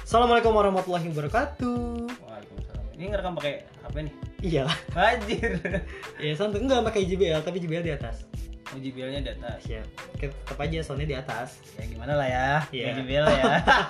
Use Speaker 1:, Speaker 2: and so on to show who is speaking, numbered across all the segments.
Speaker 1: Assalamualaikum warahmatullahi wabarakatuh.
Speaker 2: Waalaikumsalam. Ini ngerekam pakai HP nih?
Speaker 1: Iya lah.
Speaker 2: Anjir.
Speaker 1: Ya santai, enggak pakai JBL tapi JBL di atas.
Speaker 2: JBL-nya di atas.
Speaker 1: Ya, tetap aja soundnya di atas.
Speaker 2: Ya gimana lah ya.
Speaker 1: Iya.
Speaker 2: JBL ya.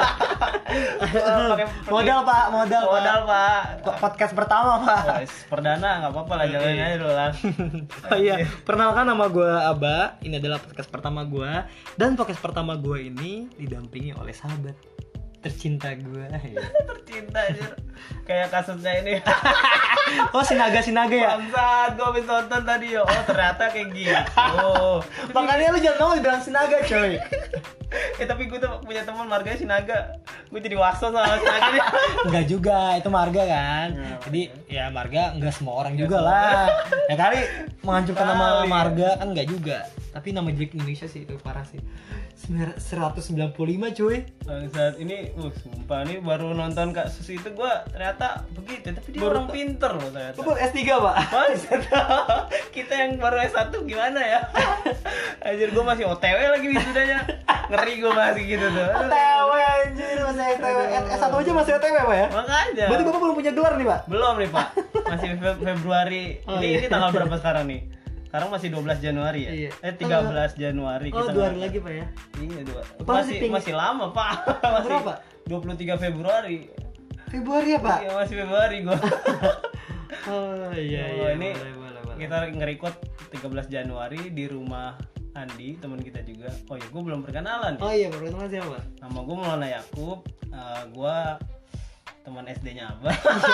Speaker 1: Modal Pak, modal
Speaker 2: Pak.
Speaker 1: Podcast pertama Pak.
Speaker 2: Wes, perdana enggak apa-apa lah, jalanin aja dulu lah.
Speaker 1: Oh iya, perkenalkan nama gue Aba. Ini adalah podcast pertama gue. Dan podcast pertama gue ini didampingi oleh sahabat tercinta gue.
Speaker 2: Tercinta aja. Kayak kasusnya ini.
Speaker 1: Oh, Sinaga ya?
Speaker 2: Bangsat, gue habis nonton tadi. Oh, ternyata kayak gitu.
Speaker 1: Makanya lu jangan ngomong bilang Sinaga, coy.
Speaker 2: Tapi gue tuh punya teman marganya Sinaga. Gue jadi wakso sama Sinaga nih.
Speaker 1: Enggak juga, itu marga kan. Jadi ya marga enggak semua orang juga lah. Ya kali menghancurkan nama marga kan enggak juga. Tapi nama jelek Indonesia sih itu parah sih. 195 cuy.
Speaker 2: Saat ini, sumpah nih baru nonton kasus itu gue ternyata begitu. Tapi dia orang pinter loh ternyata.
Speaker 1: Lu S3 Pak?
Speaker 2: Maksud kita yang baru S1 gimana ya? Anjir, gue masih OTW lagi wisudanya. Ngeri gue masih gitu tuh.
Speaker 1: OTW anjir, masih OTW. S1 aja masih OTW Pak ya?
Speaker 2: Makanya.
Speaker 1: Berarti Bapak belum punya gelar nih Pak?
Speaker 2: Belum nih Pak. Masih Februari. Ini tanggal berapa sekarang nih? Sekarang masih 12 Januari ya?
Speaker 1: Iya.
Speaker 2: 13 Januari
Speaker 1: kita. Oh, 2 hari lagi Pak ya?
Speaker 2: Iya, 2.
Speaker 1: Masih
Speaker 2: Masih lama Pak. Masih
Speaker 1: berapa?
Speaker 2: 23 Februari.
Speaker 1: Februari ya Pak?
Speaker 2: Iya, masih Februari gua.
Speaker 1: Oh iya.
Speaker 2: Ini
Speaker 1: boleh.
Speaker 2: kita nge-record 13 Januari di rumah Andi, teman kita juga. Oh iya, gua belum perkenalan.
Speaker 1: Oh iya, perkenalan siapa?
Speaker 2: Nama gua Maulana Yakub. Gua teman SD-nya Abah.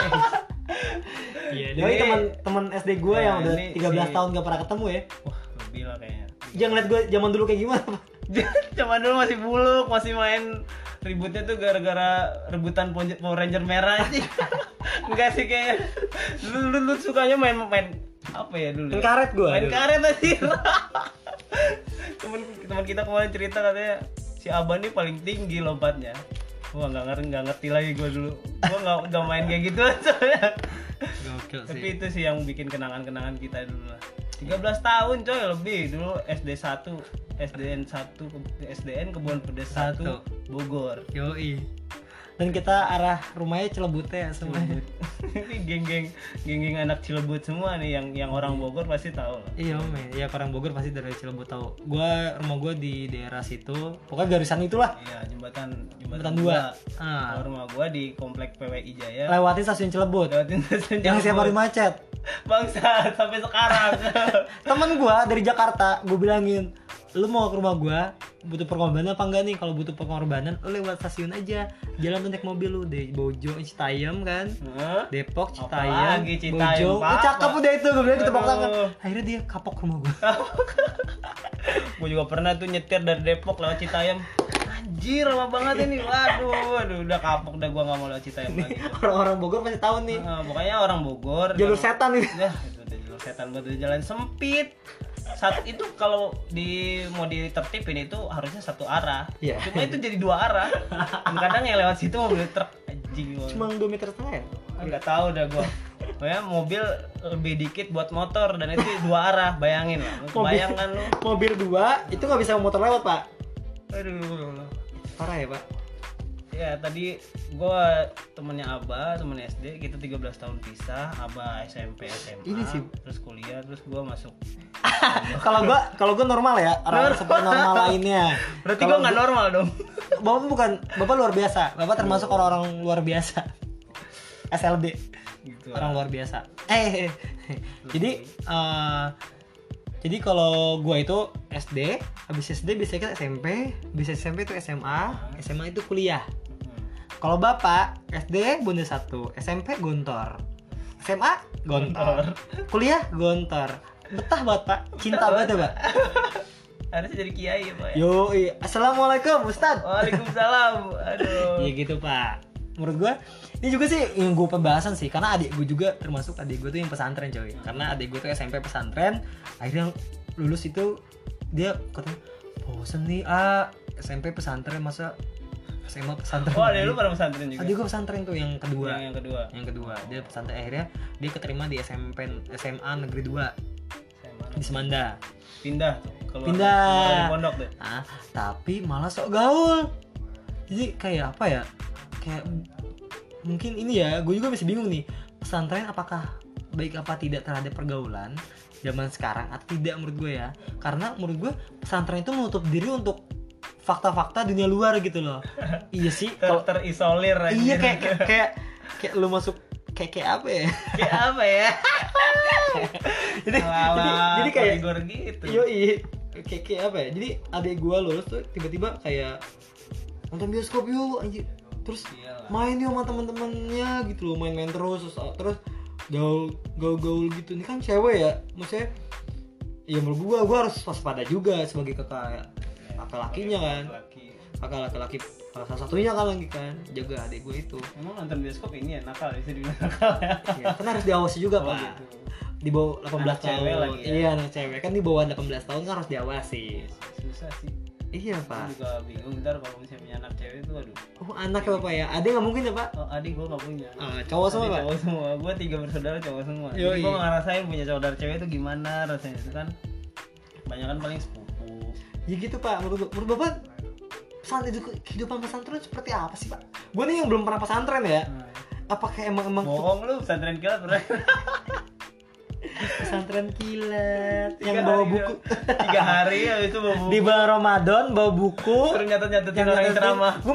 Speaker 1: Iya, dia teman SD gue yang udah 13 tahun gak pernah ketemu ya.
Speaker 2: Wah, lebih lah kayaknya.
Speaker 1: Jangan liat gue zaman dulu kayak gimana Pak.
Speaker 2: Zaman dulu masih buluk, masih main ributnya tuh gara-gara rebutan Power Ranger merah sih. Enggak sih kayaknya. Dulu sukanya main apa ya dulu?
Speaker 1: Main karet gue.
Speaker 2: Main karet aja. Teman kita kemarin cerita katanya si Abah nih paling tinggi lompatnya. Wah, nggak ngerti lagi gue dulu. Gue nggak main kayak gitu soalnya.
Speaker 1: Gokil sih.
Speaker 2: Tapi itu sih yang bikin kenangan-kenangan kita dulu lah. 13 tahun coy lebih. Dulu SD 1, SDN Kebun Pedes 1 Bogor.
Speaker 1: Yoi. Dan kita arah rumahnya Cilebut ya semuanya.
Speaker 2: Ini geng-geng anak Cilebut semua nih yang orang Bogor pasti tahu lah.
Speaker 1: Iya Om, ya orang Bogor pasti dari Cilebut tahu. Rumah gua di daerah situ. Pokoknya garisan itulah.
Speaker 2: Iya, jembatan
Speaker 1: 2.
Speaker 2: Kalau rumah gua di komplek PWI Jaya.
Speaker 1: Lewatin stasiun Cilebut. Yang siapa hari macet.
Speaker 2: Bangsa sampai sekarang.
Speaker 1: Temen gua dari Jakarta, gua bilangin, lu mau ke rumah gua butuh pengorbanan apa enggak nih? Kalau butuh pengorbanan lu lewat stasiun aja, jalan tuh naik mobil lu dari Bojo Citayam kan, Depok Citayam Bojo, cakep udah itu gue bilang ditepok tangan. Akhirnya dia kapok ke rumah gua.
Speaker 2: Gua juga pernah tuh nyetir dari Depok lewat Citayam. Anjir, lama banget ini. Waduh, udah kapok dah, gua nggak mau lewat Citayam lagi.
Speaker 1: Orang Bogor pasti tahu nih.
Speaker 2: Pokoknya orang Bogor
Speaker 1: jalur setan nih.
Speaker 2: Ya, itu udah jalur setan buat jalan sempit. Saat itu kalau mau ditertipin itu harusnya satu arah.
Speaker 1: Yeah.
Speaker 2: Cuma itu jadi 2 arah. Kadang yang lewat situ mobil truk anjing.
Speaker 1: Cuma 2,5 meter ya?
Speaker 2: Enggak tahu dah gua. Pokoknya mobil lebih dikit buat motor dan itu 2 arah, bayangin lah. Bayangkan lu.
Speaker 1: Mobil 2 itu nggak bisa motor lewat, Pak.
Speaker 2: Aduh.
Speaker 1: Parah ya, Pak.
Speaker 2: Ya, tadi gua temennya Abah, temen SD, kita 13 tahun pisah. Abah SMP, SMA,
Speaker 1: ini sih.
Speaker 2: terus kuliah, terus gua masuk.
Speaker 1: Kalau gua normal ya, orang seperti normal lainnya.
Speaker 2: Berarti gua nggak normal dong.
Speaker 1: Bapak luar biasa. Bapak termasuk orang-orang luar biasa. SLB.
Speaker 2: Gitu.
Speaker 1: Orang luar biasa. Jadi kalau gua itu SD, habis SD biasanya kan SMP, bisa SMP itu SMA itu kuliah. Kalau Bapak SD Bunda 1, SMP Gontor, SMA Gontor, kuliah Gontor. Betah banget Pak, cinta banget ya Pak.
Speaker 2: Harusnya jadi kiai ya Pak ya?
Speaker 1: Yoi, assalamualaikum Ustadz.
Speaker 2: Waalaikumsalam. Aduh.
Speaker 1: Iya gitu Pak. Menurut gue ini juga sih yang gue pembahasan sih, karena adik gue juga termasuk adik gue tuh yang pesantren coy. Karena adik gue tuh SMP pesantren, akhirnya lulus itu dia katanya bosen nih SMP pesantren masa SMA pesantren.
Speaker 2: Oh, ada lu pada pesantren juga?
Speaker 1: Adik gue pesantren tuh yang kedua.
Speaker 2: Yang kedua.
Speaker 1: Dia pesantren, akhirnya dia keterima di SMA Negeri 2 di Semanda.
Speaker 2: Pindah tuh.
Speaker 1: Pindah.
Speaker 2: Pondok deh.
Speaker 1: Tapi malah sok gaul. Jadi kayak apa ya? kayak mungkin ini ya, gue juga masih bingung nih, pesantren apakah baik apa tidak terhadap pergaulan zaman sekarang atau tidak menurut gue ya. Karena menurut gue pesantren itu menutup diri untuk fakta-fakta dunia luar gitu loh. Iya sih, kalau
Speaker 2: terisolir aja.
Speaker 1: iya kayak lu masuk kayak apa ya?
Speaker 2: Kayak apa ya?
Speaker 1: jadi kayak
Speaker 2: Igor gitu.
Speaker 1: Iya, kayak apa ya? Jadi adik gue lulus tuh tiba-tiba kayak nonton bioskop yuk anjir. Terus
Speaker 2: Iyalah.
Speaker 1: main yuk sama teman-temannya gitu loh, main-main terus gaul gitu. Ini kan cewek ya, maksudnya ya menurut gue harus waspada juga sebagai kakak lakinya kan, kakak laki-laki salah satunya kan lagi kan jaga adik gue itu.
Speaker 2: Emang nonton bioskop ini ya nakal, bisa dibilang nakal ya?
Speaker 1: Ya, kan harus diawasi juga pak.
Speaker 2: Gitu.
Speaker 1: Di bawah 18
Speaker 2: Anak
Speaker 1: tahun
Speaker 2: cewek lagi ya?
Speaker 1: Iya, anak cewek kan di bawah 18 tahun kan harus diawasi.
Speaker 2: Susah sih.
Speaker 1: Iya
Speaker 2: Gue
Speaker 1: pak.
Speaker 2: juga bingung ntar kalau misalnya punya anak cewek itu, aduh.
Speaker 1: Oh anak ya bapak ya, adik nggak mungkin ya pak?
Speaker 2: Oh, adik gue gak punya.
Speaker 1: Cowok semua
Speaker 2: Adik
Speaker 1: pak?
Speaker 2: Cowok semua. Gue 3 bersaudara cowok semua.
Speaker 1: Yoi.
Speaker 2: Jadi gue ngerasain punya saudara cewek itu gimana rasanya. Itu kan kebanyakan paling sepupu.
Speaker 1: Ya gitu pak, menurut bapak kehidupan pesantren seperti apa sih pak? Gue nih yang belum pernah pesantren ya. Apakah emang
Speaker 2: Bohong lu, pesantren kilat pernah.
Speaker 1: pesantren kilat yang bawa buku
Speaker 2: 3 hari habis itu bawa buku.
Speaker 1: di bulan Ramadan bawa buku
Speaker 2: Terus nyatet-nyatetin orang yang ceramah.
Speaker 1: gue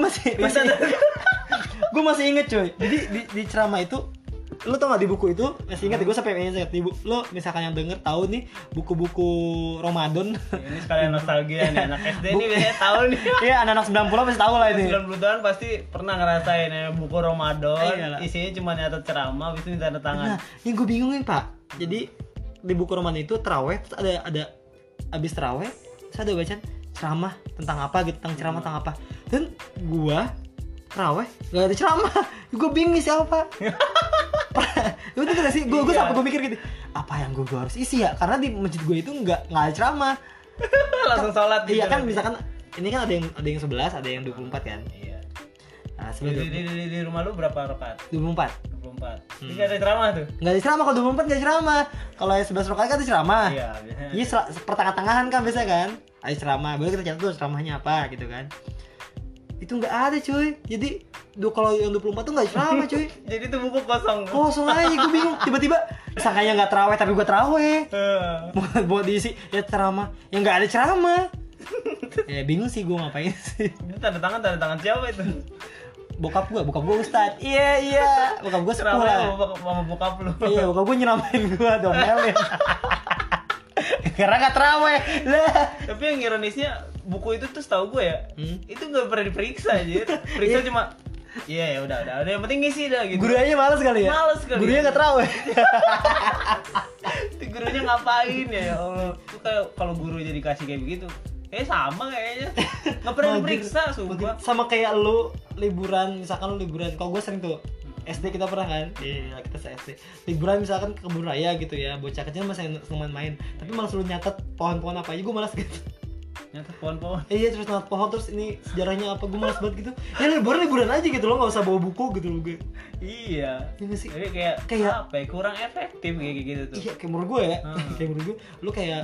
Speaker 1: masih inget cuy. Jadi di ceramah itu lu tau gak di buku itu masih ingat gue sampai ingat di buku lo misalkan yang denger tahu nih buku-buku Ramadan.
Speaker 2: Ini sekalian nostalgia nih, anak SD nih biasanya tahu nih.
Speaker 1: Iya anak-anak 90 pasti tahu lah ini.
Speaker 2: 90-an pasti pernah ngerasain ya, buku Ramadan.
Speaker 1: Iyalah.
Speaker 2: Isinya cuma nyatet ceramah habis itu tanda tangan.
Speaker 1: Nah yang gue bingungin pak, jadi di buku Ramadan itu terawih terus ada abis terawih terus ada bacaan ceramah tentang apa gitu, tentang ceramah tentang apa, dan gue terawih gak ada ceramah. Gue bingung isi apa. Lu tuh gak sih, gue sampai gue mikir gitu, apa yang gue harus isi ya, karena di masjid gue itu nggak ada ceramah.
Speaker 2: Langsung sholat gitu.
Speaker 1: Iya kan, misalkan ini kan ada yang 11, ada yang 24 kan.
Speaker 2: Iya.
Speaker 1: Nah,
Speaker 2: Di rumah lu berapa rakaat?
Speaker 1: 24.
Speaker 2: 24. Ini gak ada ceramah tuh.
Speaker 1: Nggak ada ceramah, kalau 24 nggak ada ceramah. Kalau yang 11 rakaat kan ada ceramah.
Speaker 2: Iya, biasanya.
Speaker 1: Iya, pertengah-tengahan kan biasanya kan. Ada ceramah, baru kita catat tuh ceramahnya apa gitu kan. Itu nggak ada cuy. Jadi kalau yang 24 tuh nggak ada ceramah cuy.
Speaker 2: Jadi itu buku kosong.
Speaker 1: Kosong aja, gue bingung. Tiba-tiba sangkanya nggak terawih tapi gue terawih. Buat diisi ya ceramah, yang nggak ada ceramah. Ya bingung sih gue ngapain sih.
Speaker 2: Itu tanda tangan siapa itu?
Speaker 1: Bokap gue ustad. Iya. Bokap gue sekolah.
Speaker 2: Ceramah sama bokap lu.
Speaker 1: Iya, bokap gue nyeramain gue domelin. Karena gak terawih lah.
Speaker 2: Tapi yang ironisnya buku itu tuh setahu gue ya, itu nggak pernah diperiksa aja. Periksa cuma iya ya udah yang penting ngisi dah gitu.
Speaker 1: Gurunya males kali ya.
Speaker 2: Males kali.
Speaker 1: Gurunya nggak terawih.
Speaker 2: Gurunya ngapain ya Allah. Itu kayak kalau guru jadi kasih kayak begitu. Sama kayaknya. Nggak pernah diperiksa sumpah.
Speaker 1: Sama kayak lu liburan, misalkan lu liburan. Kalau gue sering tuh SD kita pernah kan, iya kita SD liburan misalkan ke kebun raya gitu ya, bocah kecil masih seneng main, tapi malah suruh nyatet pohon-pohon apa aja, gue malas gitu.
Speaker 2: Nyatet pohon-pohon.
Speaker 1: Iya terus nyatet pohon, terus ini sejarahnya apa, gue malas banget gitu. Ya liburan aja gitu loh, nggak usah bawa buku gitu loh gue.
Speaker 2: Iya.
Speaker 1: Iya sih.
Speaker 2: Jadi kayak apa ya, kurang efektif kayak gitu tuh.
Speaker 1: Iya kayak menurut gue ya, kayak menurut gue, lu kayak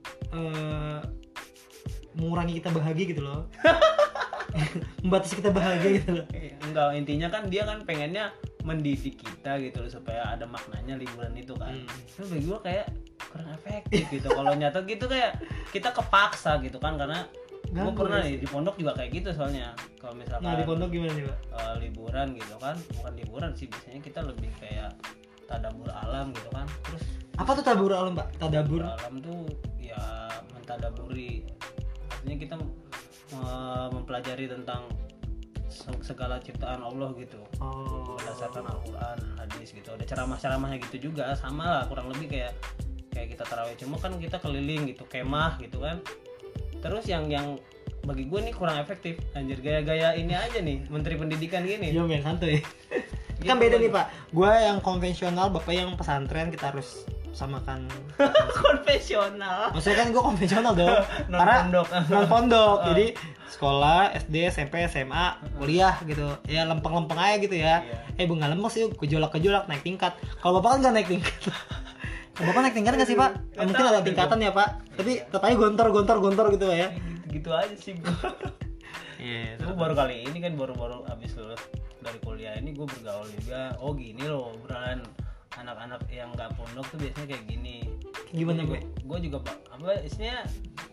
Speaker 1: mengurangi kita bahagia gitu loh. Membatasi kita bahagia gitu loh.
Speaker 2: Enggak, intinya kan dia kan pengennya mendidik kita gitu loh, supaya ada maknanya liburan itu kan. Itu bagi gue kayak kurang efektif gitu. Kalau nyatet gitu kayak kita kepaksa gitu kan, karena gue pernah nih di pondok juga kayak gitu soalnya. Kalau misalkan
Speaker 1: Nah di pondok gimana nih pak?
Speaker 2: Liburan gitu kan, bukan liburan sih, biasanya kita lebih kayak tadabur alam gitu kan. Terus
Speaker 1: apa tuh tadabur alam pak? Tadabur
Speaker 2: alam tuh ya mentadaburi, artinya kita mempelajari tentang segala ciptaan Allah gitu. Berdasarkan Al-Quran, hadis gitu. Ada ceramah-ceramahnya gitu juga, sama lah kurang lebih kayak kita tarawih, cuma kan kita keliling gitu, kemah gitu kan. Terus yang bagi gue nih kurang efektif, anjir, gaya-gaya ini aja nih Menteri Pendidikan gini.
Speaker 1: Iya men, santuy.
Speaker 2: Gitu,
Speaker 1: Kan beda nih pak, gue yang konvensional, bapak yang pesantren, kita harus samakan.
Speaker 2: Konvensional.
Speaker 1: Maksudnya kan gue konvensional dong.
Speaker 2: Non-pondok.
Speaker 1: Non pondok. Jadi sekolah SD, SMP, SMA, kuliah gitu. Ya lempeng-lempeng aja gitu ya.
Speaker 2: Iya.
Speaker 1: Nggak lempeng sih, gejolak naik tingkat. Kalau bapak kan nggak naik tingkat. Kalau bapak naik tingkat nggak sih pak? Mungkin ada tingkatan ya pak. Tapi tetapnya gontor gitu ya.
Speaker 2: Gitu aja sih gue.
Speaker 1: Iya.
Speaker 2: Gue baru kali ini kan baru abis lulus dari kuliah ini gue bergaul juga. Oh gini loh beran anak-anak yang nggak pondok tuh biasanya kayak gini.
Speaker 1: Gimana gue?
Speaker 2: Gue juga apa isinya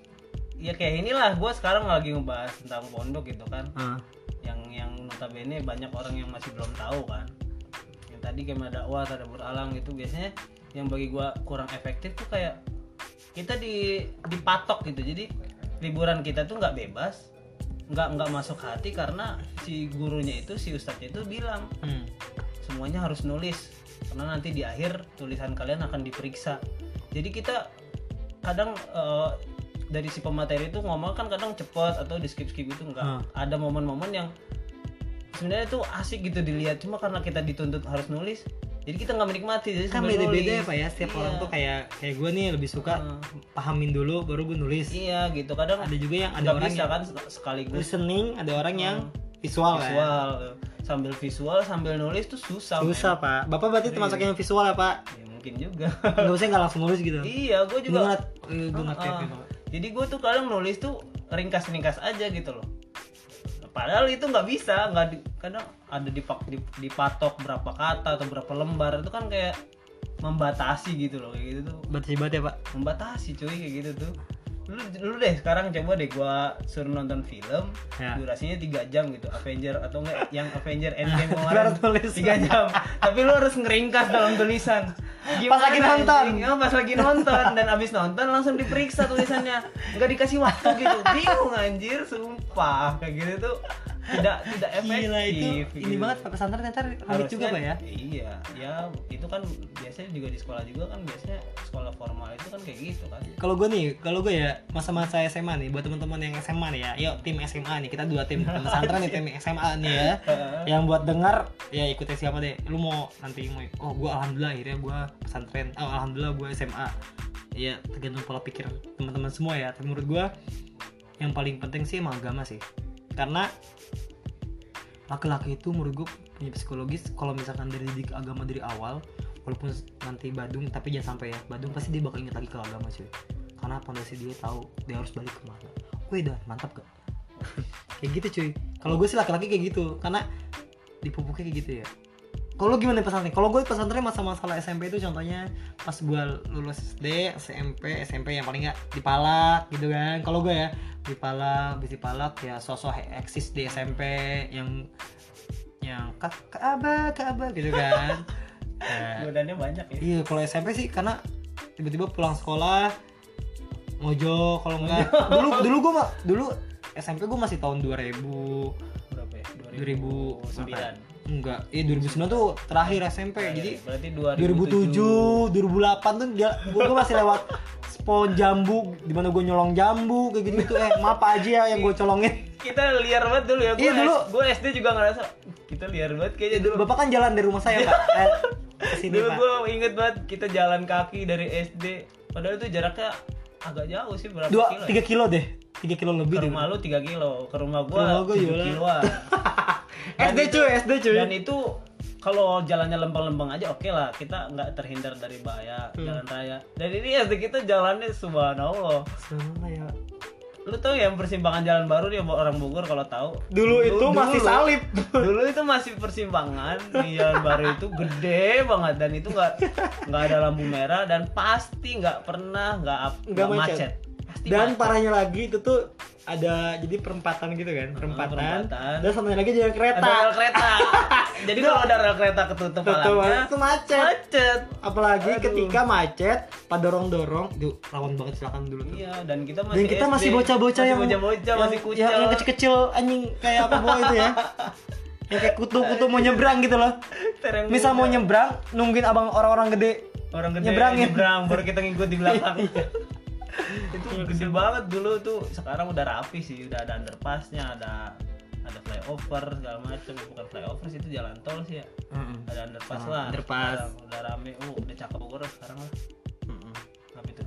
Speaker 2: ya kayak inilah. Gue sekarang lagi ngebahas tentang pondok gitu kan. Yang notabene banyak orang yang masih belum tahu kan. Yang tadi kayak dakwah tadabbur alam gitu biasanya yang bagi gue kurang efektif tuh kayak kita dipatok gitu. Jadi liburan kita tuh nggak bebas, nggak masuk hati karena si gurunya itu, si ustadznya itu bilang semuanya harus nulis karena nanti di akhir tulisan kalian akan diperiksa. Jadi kita kadang dari si pemateri itu ngomong kan kadang cepet atau di skip gitu enggak. Ada momen-momen yang sebenarnya tuh asik gitu dilihat, cuma karena kita dituntut harus nulis jadi kita nggak menikmati. Jadi
Speaker 1: kan beda-beda ya Pak ya, setiap orang tuh kayak gue nih lebih suka pahamin dulu baru gue nulis. Iya
Speaker 2: gitu. Kadang
Speaker 1: ada juga yang ada orang
Speaker 2: bisa
Speaker 1: yang
Speaker 2: kan sekaligus
Speaker 1: listening, ada orang yang visual kan.
Speaker 2: Sambil visual sambil nulis tuh susah
Speaker 1: Pak. Bapak berarti termasuk yang visual ya Pak?
Speaker 2: Ya mungkin juga.
Speaker 1: Nggak usah nggak langsung nulis gitu.
Speaker 2: Iya gue juga
Speaker 1: ngerti.
Speaker 2: Jadi gue tuh kadang nulis tuh ringkas aja gitu loh. Padahal itu nggak bisa, kadang ada dipatok berapa kata atau berapa lembar, itu kan kayak membatasi gitu loh, kayak gitu tuh.
Speaker 1: Batasi banget ya Pak?
Speaker 2: Membatasi cuy kayak gitu tuh. Lu deh sekarang coba deh gua suruh nonton film durasinya 3 jam gitu, Avenger atau enggak yang Avenger Endgame kemarin 3 jam. Tapi lu harus ngeringkas dalam tulisan.
Speaker 1: Pas lagi nonton.
Speaker 2: Pas lagi nonton dan abis nonton langsung diperiksa tulisannya. Enggak dikasih waktu gitu. Bingung anjir, sumpah. Kayak gitu tuh tidak efektif.
Speaker 1: Gila, ini banget Pak, pesantren ntar harus juga Pak ya?
Speaker 2: Iya, ya itu kan biasanya juga di sekolah juga kan, biasanya sekolah formal itu kan kayak gitu kan.
Speaker 1: Kalau gue ya masa-masa SMA nih, buat teman-teman yang SMA nih ya, yuk tim SMA nih, kita 2 tim pesantren nih, tim SMA nih ya. Yang buat dengar ya ikutin siapa deh. Lu mau nanti gue alhamdulillah akhirnya gue pesantren, alhamdulillah gue SMA. Ya tergantung pola pikir teman-teman semua ya. Tapi menurut gue yang paling penting sih emang agama sih. Karena laki-laki itu menurut gue punya psikologis, kalau misalkan dari didik agama dari awal, walaupun nanti badung, tapi jangan sampai ya badung, pasti dia bakal ingat lagi ke agama cuy. Karena pondasi dia tahu dia harus balik kemana. Wih dah mantap gak? Kayak gitu cuy. Kalau gue sih laki-laki kayak gitu, karena dipupuknya kayak gitu ya. Kalau gimana pesantren? Kalau gue pesantren masa-masalah SMP itu contohnya pas gue lulus SD, SMP yang paling nggak dipalak gitu kan. Kalau gue ya dipalak ya sosok eksis di SMP yang Ka'bah gitu kan.
Speaker 2: Godaannya banyak ya.
Speaker 1: Iya, kalau SMP sih karena tiba-tiba pulang sekolah ngojok, kalau enggak dulu SMP gue masih tahun 2000 berapa ya? 2009. Enggak, 2009 tuh terakhir SMP. Jadi
Speaker 2: berarti
Speaker 1: 2007, 2008 tuh gue masih lewat spon jambu, di mana gue nyolong jambu kayak gitu. Maaf aja ya yang gue colongin.
Speaker 2: Kita liar banget dulu ya. Gue SD juga ngerasa kita liar banget kayaknya dulu.
Speaker 1: Bapak kan jalan dari rumah saya Pak. Kesini
Speaker 2: dulu
Speaker 1: Pak.
Speaker 2: Gue inget banget kita jalan kaki dari SD. Padahal itu jaraknya agak jauh sih, berapa kilo?
Speaker 1: 3 kilo deh. 3 kilo lebih.
Speaker 2: Ke rumah lu 3 kilo, ke rumah gue 7 kiloan.
Speaker 1: SD cuy.
Speaker 2: Dan itu kalau jalannya lempeng-lempeng aja oke lah, kita nggak terhindar dari bahaya jalan raya. Dan ini SD kita jalannya subhanallah.
Speaker 1: Ya.
Speaker 2: Lu tau yang persimpangan jalan baru nih orang Bogor kalau tahu.
Speaker 1: Dulu itu masih salib.
Speaker 2: Dulu itu masih persimpangan di jalan baru itu gede banget dan itu nggak ada lampu merah dan pasti nggak pernah nggak macet.
Speaker 1: Dan parahnya lagi itu tuh ada jadi perempatan gitu kan, perempatan. Dan satunya lagi jalan kereta.
Speaker 2: Ada rel kereta. Jadi kalau ada rel kereta ketutup palangnya
Speaker 1: itu macet. Apalagi ketika macet, pada dorong-dorong, itu rawan banget silakan dulu tuh.
Speaker 2: Iya, dan kita
Speaker 1: masih bocah-bocah yang
Speaker 2: masih kucel.
Speaker 1: Yang kecil-kecil anjing kayak apa bawa itu ya. Yang kayak kutu-kutu mau nyebrang gitu loh. Misal mau nyebrang, nungguin abang orang-orang gede.
Speaker 2: Nyebrang baru kita ngikut di belakang. Itu gede banget dulu tuh. Sekarang udah rapi sih, udah ada underpassnya, ada flyover segala macam. Bukan flyover sih, itu jalan tol sih ya. Ada underpass lah. Sekarang udah rame, udah cakep Bogor sekarang lah. Apa itu?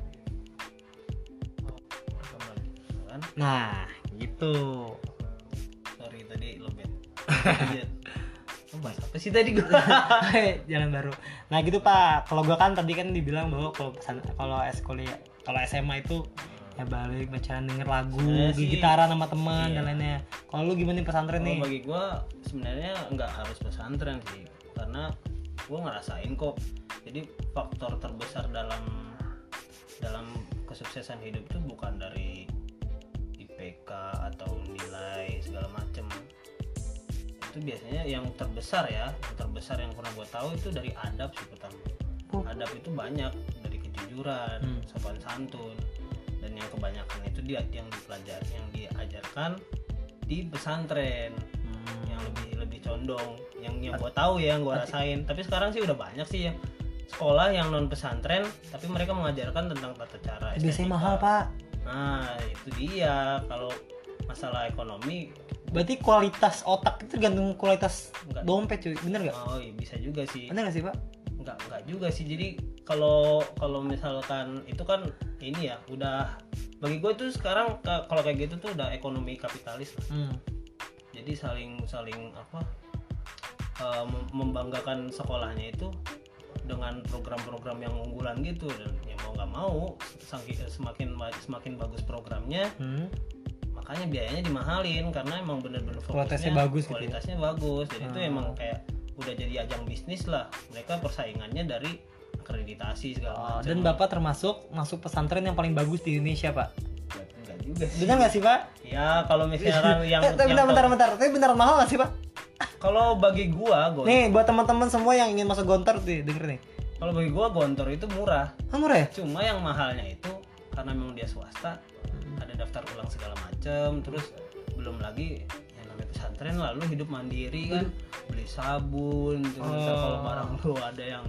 Speaker 2: Kan?
Speaker 1: Nah, gitu.
Speaker 2: Sorry tadi lobet. Bahas apa sih tadi gue?
Speaker 1: Jalan baru. Nah gitu Pak. Kalau gue kan tadi kan dibilang bahwa kalau SMA itu Ya balik pacaran, denger lagu,
Speaker 2: Sebenarnya sih,
Speaker 1: gitaran sama teman
Speaker 2: iya.
Speaker 1: dan lainnya. Kalau lu gimana nih pesantren
Speaker 2: Kalau
Speaker 1: nih?
Speaker 2: bagi gue sebenarnya nggak harus pesantren sih, karena gue ngerasain kok. Jadi faktor terbesar dalam kesuksesan hidup itu bukan dari IPK atau nilai segala macem. Itu biasanya yang terbesar yang pernah gue tahu itu dari adab sih pertama. Adab itu banyak, dari kejujuran, sopan santun, dan yang kebanyakan itu yang dipelajari, yang diajarkan di pesantren, yang lebih condong, yang gue tahu ya, yang gue rasain. Tapi sekarang sih udah banyak sih ya sekolah yang non pesantren tapi mereka mengajarkan tentang tata cara estetika.
Speaker 1: Biasanya mahal, Pak.
Speaker 2: Nah itu dia, kalau masalah ekonomi
Speaker 1: Berarti kualitas otak itu tergantung kualitas dompet, cuy. Bener nggak?
Speaker 2: oh iya, bisa juga sih.
Speaker 1: Bener nggak sih, Pak?
Speaker 2: Enggak juga sih. Jadi kalau misalkan itu kan ini ya, udah bagi gue itu sekarang kalau kayak gitu tuh udah ekonomi kapitalis lah. Jadi saling membanggakan sekolahnya itu dengan program-program yang unggulan gitu, dan ya mau nggak mau semakin bagus programnya, makanya biayanya dimahalin karena emang bener-bener fokusnya kualitasnya bagus. Jadi itu emang kayak udah jadi ajang bisnis lah, mereka persaingannya dari akreditasi segala macam.
Speaker 1: Dan Bapak termasuk masuk pesantren yang paling bagus di Indonesia, Pak?
Speaker 2: Enggak juga sih.
Speaker 1: Bener nggak sih, Pak?
Speaker 2: Ya kalau misalnya yang
Speaker 1: bentar, tapi beneran mahal nggak sih, Pak?
Speaker 2: Kalau bagi gua
Speaker 1: nih buat teman-teman semua yang ingin masuk Gontor tuh denger nih.
Speaker 2: Kalau bagi gua Gontor itu murah.
Speaker 1: Murah ya?
Speaker 2: Cuma yang mahalnya itu karena memang dia swasta, ada daftar ulang segala macem, terus belum lagi yang namanya pesantren lalu hidup mandiri kan, beli sabun, terus kalau barang lu ada yang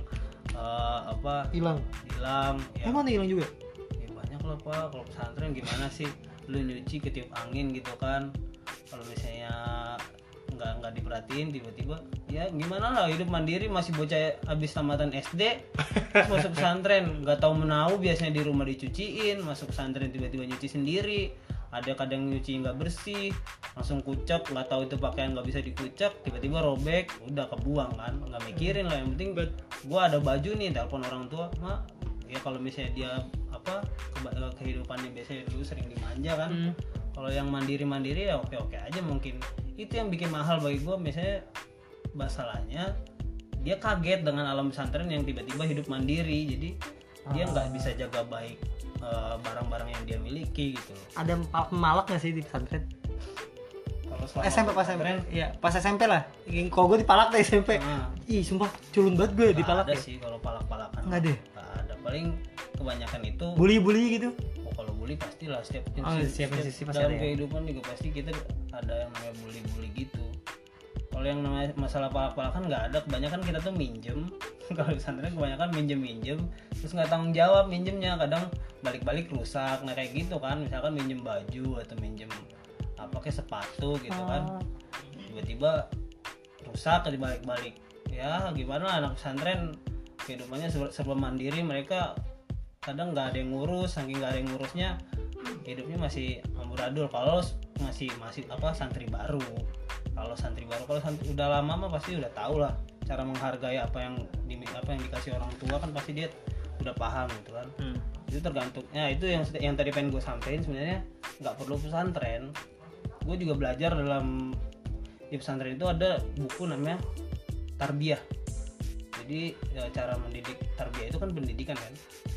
Speaker 2: hilang ya,
Speaker 1: emang hilang juga?
Speaker 2: Ya banyak lah Pak. Kalau pesantren gimana sih, lu nyuci ketiup angin gitu kan, kalau misalnya nggak diperhatiin tiba-tiba ya gimana lah, hidup mandiri, masih bocah habis tamatan SD terus masuk pesantren, nggak tahu menau, biasanya di rumah dicuciin, masuk pesantren tiba-tiba nyuci sendiri, ada kadang nyuci nggak bersih, langsung kucek, nggak tahu itu pakaian nggak bisa dikucek, tiba-tiba robek, udah kebuang kan, nggak mikirin lah, yang penting gua ada baju nih, telepon orang tua, mak ya kalau misalnya dia kehidupannya biasanya dulu sering dimanja kan. Kalau yang mandiri ya oke aja, mungkin itu yang bikin mahal bagi gue. Misalnya masalahnya dia kaget dengan alam pesantren yang tiba-tiba hidup mandiri, jadi dia nggak bisa jaga baik barang-barang yang dia miliki gitu.
Speaker 1: Ada pemalak nggak sih di pesantren?
Speaker 2: Kalau
Speaker 1: SMP pas SMP, ya pas SMP lah. Kalau gue dipalak dari SMP. Ih sumpah culun banget gue dipalak.
Speaker 2: Ada sih kalau palak-palakan.
Speaker 1: Nggak ada.
Speaker 2: Ada, paling kebanyakan itu
Speaker 1: bully gitu.
Speaker 2: Kalau bully pastilah setiap
Speaker 1: institusi
Speaker 2: dalam kehidupan juga pasti kita ada yang namanya bully gitu. Kalau yang namanya masalah palak-palakan nggak ada, kebanyakan kita tuh minjem. Kalau di pesantren kebanyakan minjem terus nggak tanggung jawab minjemnya, kadang balik-balik rusak. Nah kayak gitu kan, misalkan minjem baju atau minjem kayak sepatu gitu kan, tiba-tiba rusak dibalik-balik. Ya gimana, anak pesantren kehidupannya serba mandiri, mereka kadang nggak ada yang ngurus, saking nggak ada yang ngurusnya hidupnya masih amburadul. Kalau masih santri baru, kalau santri udah lama mah pasti udah tahu lah cara menghargai apa yang dikasih orang tua, kan pasti dia udah paham gitu kan. Itu tergantung ya, itu yang tadi pengen gue sampein, sebenarnya nggak perlu pesantren. Gue juga belajar di pesantren itu ada buku namanya Tarbiyah. Jadi cara mendidik, tarbiyah itu kan pendidikan kan.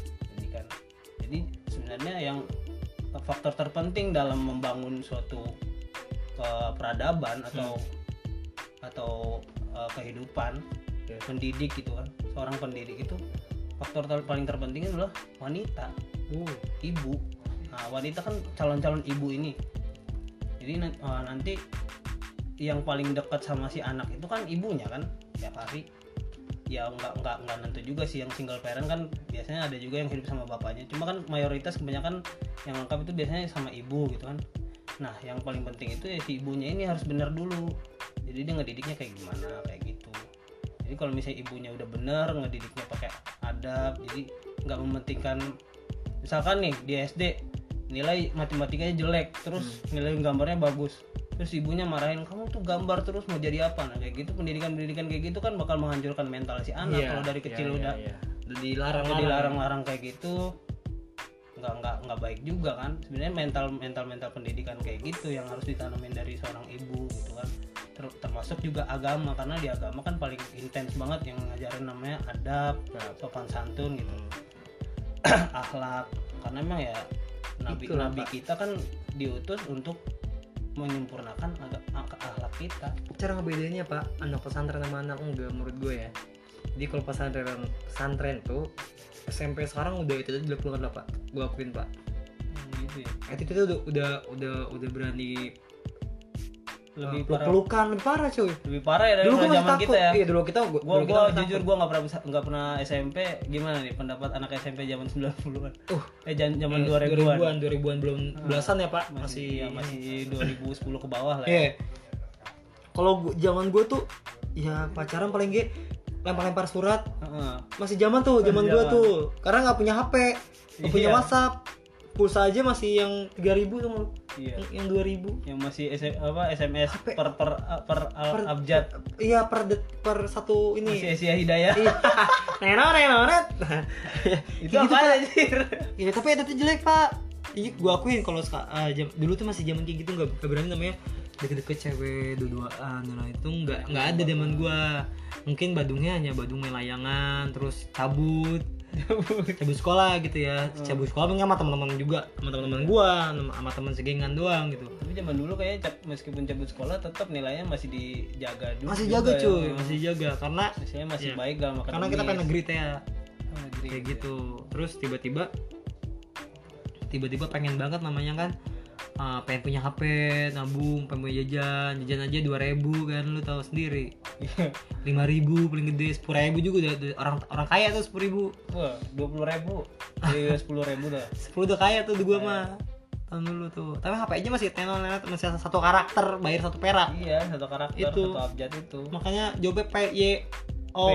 Speaker 2: Jadi sebenarnya yang faktor terpenting dalam membangun suatu peradaban atau kehidupan pendidik gitu kan, seorang pendidik itu faktor paling terpenting adalah wanita, ibu. Nah wanita kan calon ibu ini, jadi nanti yang paling dekat sama si anak itu kan ibunya kan tiap hari. Ya nggak nentu juga sih, yang single parent kan biasanya ada juga yang hidup sama bapaknya, cuma kan mayoritas kebanyakan yang lengkap itu biasanya sama ibu gitu kan. Nah yang paling penting itu ya si ibunya ini harus benar dulu, jadi dia ngedidiknya kayak gimana, kayak gitu. Jadi kalau misalnya ibunya udah benar, ngedidiknya pakai adab, jadi nggak mementingkan, misalkan nih di SD nilai matematikanya jelek, terus nilai gambarnya bagus, terus ibunya marahin, kamu tuh gambar terus mau jadi apa? Nah kayak gitu, pendidikan kayak gitu kan bakal menghancurkan mental si anak. Kalau dari kecil udah dilarang kayak gitu, nggak baik juga kan. Sebenarnya mental pendidikan kayak gitu yang harus ditanamin dari seorang ibu gitu kan. Termasuk juga agama, karena di agama kan paling intens banget yang ngajarin namanya adab, sopan santun gitu. Akhlak, karena emang ya nabi kita kan diutus untuk menyempurnakan akhlak kita.
Speaker 1: Cara ngebedainnya Pak, anak pesantren sama anak enggak menurut gue ya. Jadi kalau pesantren tuh SMP sekarang udah itu dilakukan lah Pak. Gue akuin Pak.
Speaker 2: Gitu ya.
Speaker 1: Itu udah berani
Speaker 2: Lebih
Speaker 1: pelukan lebih parah cuy.
Speaker 2: Lebih parah ya dari
Speaker 1: dulu gue
Speaker 2: zaman kita ya.
Speaker 1: Iya dulu kita
Speaker 2: Gua jujur gue nggak pernah SMP. Gimana nih pendapat anak SMP zaman 90-an? Zaman 2000-an
Speaker 1: belum belasan ya Pak. Masih
Speaker 2: 2010 ke bawah lah ya.
Speaker 1: Iya. Kalau zaman gue tuh ya pacaran paling gak lempar-lempar surat. Masih zaman gue tuh. Karena nggak punya HP, nggak punya WhatsApp. Pulsa aja masih yang 3.000 tuh.
Speaker 2: Iya.
Speaker 1: Yang 2.000.
Speaker 2: Yang masih SMS per abjad.
Speaker 1: Iya, per satu ini.
Speaker 2: Masih Asia Hidayah.
Speaker 1: Iya. Nenonet.
Speaker 2: Itu apa anjir?
Speaker 1: Ya tapi itu jelek, Pak. Iya, gua akuin kalau dulu tuh masih zaman kayak gitu enggak berani namanya deket-deket cewek dua-duaan. Nah, itu enggak ada zaman gua. Mungkin Badungnya hanya Badung main layangan, terus cabut sekolah gitu ya. Cabut sekolah mungkin sama teman-teman juga, sama teman-teman gua, sama teman segengan doang gitu.
Speaker 2: Tapi zaman dulu kayaknya meskipun cabut sekolah tetap nilainya masih dijaga dulu.
Speaker 1: Masih jaga cuy, masih jaga karena
Speaker 2: misalnya masih baik dalam akademis.
Speaker 1: Karena kita pengen negeri teh ya. Kayak gitu. Terus tiba-tiba pengen banget namanya kan pengen punya HP, nabung, pengen punya jajan aja 2.000 kan, lu tahu sendiri. 5.000 paling gede, 10.000 juga udah orang kaya tuh 10.000.
Speaker 2: Wah, 20.000. Iya 10.000 dah.
Speaker 1: 10 udah kaya tuh gua mah. Tahun dulu tuh. Tapi HP aja masih tenon-tenon, masih satu karakter, bayar 1 perak.
Speaker 2: Iya, satu karakter,
Speaker 1: itu.
Speaker 2: 1 abjad itu.
Speaker 1: Makanya jawabnya PYO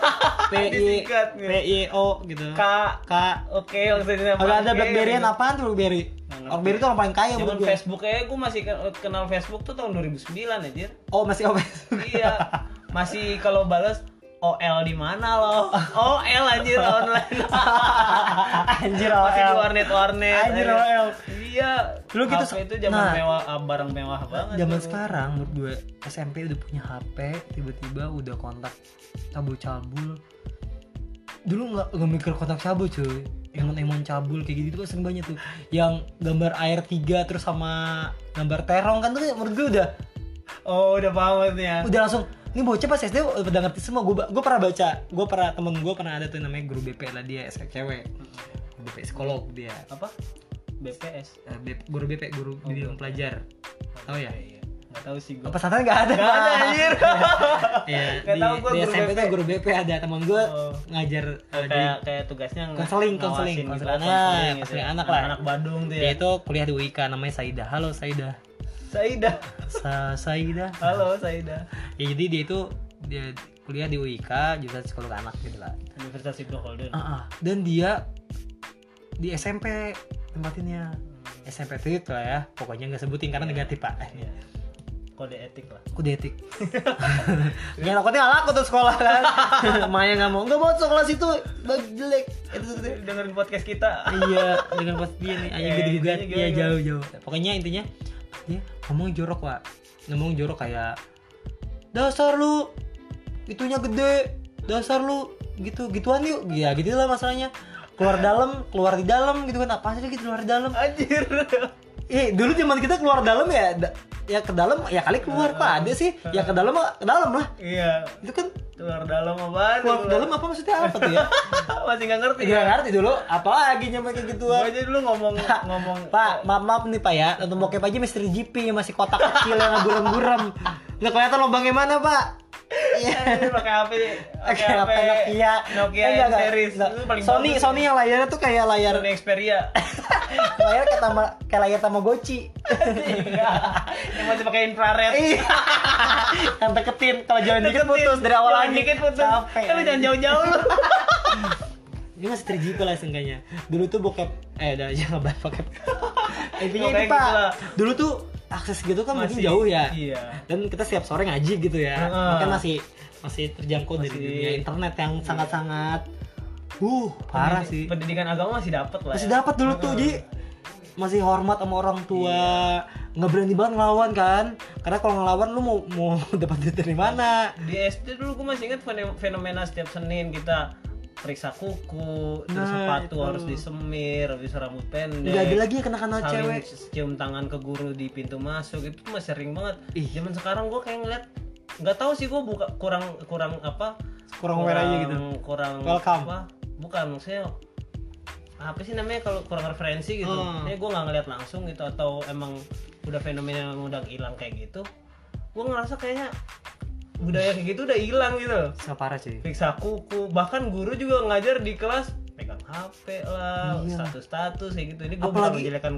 Speaker 1: gitu.
Speaker 2: K. Oke, maksudnya
Speaker 1: ada BlackBerry-an apaan tuh BlackBerry? BlackBerry tuh orang paling kaya
Speaker 2: menurut
Speaker 1: gue.
Speaker 2: Facebook gue masih kenal Facebook tuh tahun 2009 anjir.
Speaker 1: Oh, masih Facebook.
Speaker 2: Iya. Masih kalau balas OL di mana lo? OL anjir online.
Speaker 1: Anjir
Speaker 2: Masih di
Speaker 1: OL.
Speaker 2: warnet.
Speaker 1: Anjir OL.
Speaker 2: Iya.
Speaker 1: Dulu gitu
Speaker 2: itu zaman mewah, barang mewah banget.
Speaker 1: Zaman
Speaker 2: tuh.
Speaker 1: Sekarang menurut gue SMP udah punya HP, tiba-tiba udah kontak cabul-cabul. Dulu nggak mikir kontak cabul cuy. Emon cabul kayak gitu kan sering banyak tuh. Yang gambar air 3 terus sama gambar terong kan tuh menurut gue udah.
Speaker 2: Oh, udah paham ya.
Speaker 1: Udah langsung ini bocah pas SD udah ngerti semua. Gue pernah baca, temen gue pernah ada tuh namanya guru BP lah dia cewek. BP psikolog dia.
Speaker 2: Apa? BPS.
Speaker 1: Guru BP, guru bimbing pelajar. Tahu ya?
Speaker 2: Iya. Nggak tahu sih gue.
Speaker 1: Pesantren nggak ada.
Speaker 2: Nggak ada anjir.
Speaker 1: Iya. Di SMP tuh guru BP ada teman gue ngajar
Speaker 2: kayak tugasnya
Speaker 1: konseling anak lah.
Speaker 2: Anak Badung tuh ya.
Speaker 1: Dia itu kuliah di UIK namanya Saida. Halo Saida. Saida.
Speaker 2: Halo Saida.
Speaker 1: Ya jadi dia kuliah di UIK jurusan psikolog anak gitu lah.
Speaker 2: Universitas Ibnu Khaldun.
Speaker 1: Dan dia di SMP tempatinnya. SMP itu lah ya. Pokoknya nggak sebutin karena negatif Pak.
Speaker 2: Iya. Kode etik lah.
Speaker 1: Kode etik. Yang takutnya aku tuh sekolah kan. Maya nggak mau sekolah situ jelek. Itu
Speaker 2: dengerin podcast kita.
Speaker 1: Iya, dengan pas dia nih aja gede-gede. Iya jauh. Pokoknya intinya dia ngomong jorok Pak. Ngomong jorok kayak dasar lu itunya gede. Dasar lu gituan yuk. Ya gitulah masalahnya. Keluar di dalam gitu kan. Apa sih gitu keluar di dalam? Anjir. Dulu zaman kita keluar dalam ya ke dalam ya kali keluar Pak. Ada sih ya ke dalam lah.
Speaker 2: Iya.
Speaker 1: Itu kan
Speaker 2: keluar dalam apaan?
Speaker 1: Keluar ke dalam apa maksudnya apa tuh ya?
Speaker 2: Masih nggak ngerti.
Speaker 1: Nggak ngerti dulu. Apalagi nyampe kayak gituan.
Speaker 2: Gue aja dulu ngomong.
Speaker 1: Pak, maaf nih Pak ya. Nonton bokep aja Mr. GP yang masih kotak kecil yang guram-guram. Nggak kelihatan lubangnya mana Pak?
Speaker 2: Iya. Pakai HP Nokia
Speaker 1: yang
Speaker 2: series.
Speaker 1: Sony yang layarnya tuh kayak layar
Speaker 2: Sony Xperia.
Speaker 1: Layar kayak layar Tamagotchi.
Speaker 2: Yang masih pakai infrared.
Speaker 1: Yang deketin kalau jalan dikit putus dari awal lagi.
Speaker 2: Capek. Lu jangan jauh-jauh lu.
Speaker 1: Ini masih 3GP lah seenggaknya. Dulu tuh bokep udah jangan bahas bokep. Intinya itu Pak.
Speaker 2: Gitu
Speaker 1: dulu tuh akses gitu kan masih jauh ya.
Speaker 2: Iya.
Speaker 1: Dan kita setiap sore ngaji gitu ya. Mungkin masih terjangkau dari dunia internet yang sangat-sangat Parah sih.
Speaker 2: Pendidikan agama masih dapat lah.
Speaker 1: Masih dapat dulu tuh, jadi masih hormat sama orang tua, nggak berani banget ngelawan kan, karena kalau ngelawan lu mau dapat duit dari mana.
Speaker 2: Di SD dulu gue masih ingat fenomena setiap Senin kita periksa kuku, terus sepatu harus disemir, habis rambut pendek.
Speaker 1: Nggak ada lagi ya kenakanan cewek.
Speaker 2: Cium tangan ke guru di pintu masuk, itu tuh masih sering banget. Zaman sekarang gue kayak ngeliat, nggak tahu sih gue kurang
Speaker 1: aware aja gitu.
Speaker 2: Kurang
Speaker 1: welcome.
Speaker 2: Apa? Bukan, maksudnya apa sih namanya kalau kurang referensi gitu. Gue nggak ngeliat langsung gitu, atau emang udah fenomena yang udah hilang kayak gitu. Gue ngerasa kayaknya budaya kayak gitu udah hilang gitu.
Speaker 1: Parah sih.
Speaker 2: Periksa kuku, bahkan guru juga ngajar di kelas pegang HP lah, status kayak gitu. Ini gue bukan menjelekan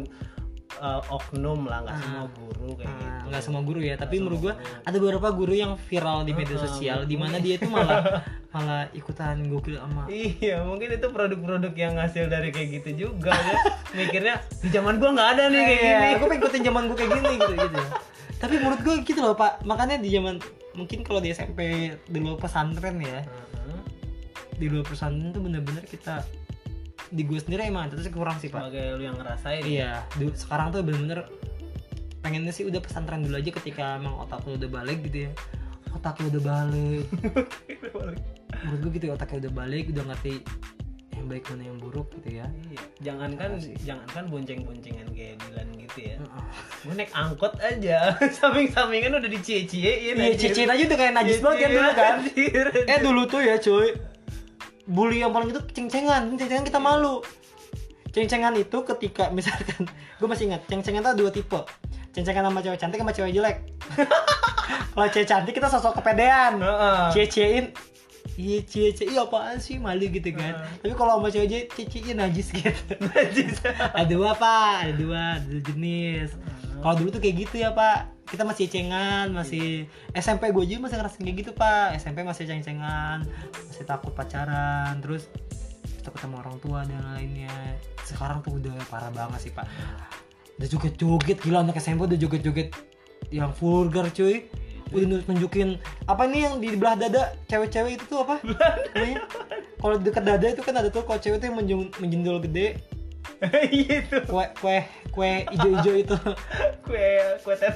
Speaker 2: oknum lah, nggak semua guru kayak gitu.
Speaker 1: Nggak semua guru ya, tapi menurut gue ada beberapa guru yang viral di media sosial, di mana dia itu malah ikutan gokil sama.
Speaker 2: Iya, mungkin itu produk-produk yang hasil dari kayak gitu juga ya. Mikirnya di zaman gue nggak ada nih kayak gini.
Speaker 1: Gue pengen ikutin zaman gue kayak gini gitu. Tapi menurut gue gitu loh Pak, makanya di zaman mungkin kalau di SMP di luar pesantren ya, di luar pesantren tuh bener-bener kita, di gue sendiri emang itu kurang sih Pak.
Speaker 2: Sebagai lu yang ngerasain.
Speaker 1: Iya, sekarang tuh bener-bener pengennya sih udah pesantren dulu aja ketika emang otak lu udah balik gitu ya. Otaknya udah balik. Menurut gue gitu ya, otaknya udah balik, udah ngerti yang baik mana yang buruk gitu ya.
Speaker 2: Iya. Jangankan bonceng-boncengan kayak Dilan gitu ya. Gue naik angkot aja, samping-sampingan udah dicie-ciein.
Speaker 1: Iya, ciein aja udah kayak najis banget kan dulu kan. Dulu tuh ya cuy, bully yang paling itu ceng-cengan kita malu. Ceng-cengan itu ketika misalkan, gue masih ingat, ceng-cengan itu ada 2 tipe. Ceng-cengan sama cewek cantik sama cewek jelek. Kalau cewek cantik kita sosok kepedean, cie-ciein. Iya apaan sih, malu gitu kan. Tapi kalau sama cewek jelek, cie-ciein najis gitu. Najis. Ada dua jenis. Kalau dulu tuh kayak gitu ya Pak. Kita masih cengan, masih SMP gue juga masih ngerasain kayak gitu Pak. SMP masih ceng-cengan, masih takut pacaran, terus takut sama orang tua dan lainnya. Sekarang tuh udah parah banget sih Pak. Udah joget-joget, gila anak SMP udah joget-joget yang vulgar cuy. Udah nunjukin apa nih yang di belah dada cewek-cewek itu tuh apa? Kalau di dekat dada itu kan ada tuh, kalau cewek tuh yang menjendol gede.
Speaker 2: Gitu.
Speaker 1: Kue ijo-ijo itu.
Speaker 2: Kue tet.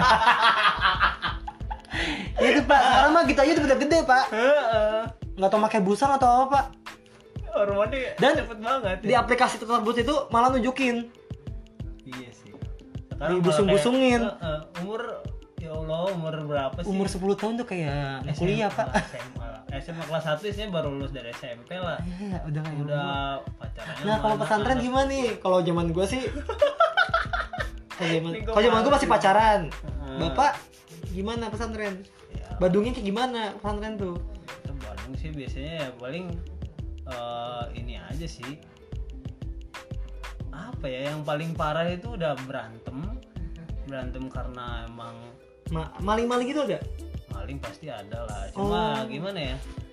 Speaker 1: Itu Pak, sekarang mah gitu aja udah gede Pak. Nggak tau pakai busang atau apa Pak.
Speaker 2: Hormonnya cepet banget ya.
Speaker 1: Di aplikasi tersebut itu malah nunjukin.
Speaker 2: Iya sih.
Speaker 1: Sekarang dibusung-busungin.
Speaker 2: Ya Allah, umur berapa sih?
Speaker 1: Umur 10 tahun tuh kayak kuliah Pak.
Speaker 2: SMA kelas 1 isinya baru lulus dari SMP lah.
Speaker 1: Iya,
Speaker 2: udah pacarannya.
Speaker 1: Nah, kalau pesantren gimana nih? Kalau zaman gue sih kalau zaman gue masih pacaran. Bapak gimana pesantren? Ya. Badungnya kayak gimana pesantren tuh?
Speaker 2: Badung sih biasanya ya paling ini aja sih. Apa ya, yang paling parah itu udah berantem karena emang
Speaker 1: maling-maling gitu ada?
Speaker 2: Maling pasti ada lah, cuma gimana ya,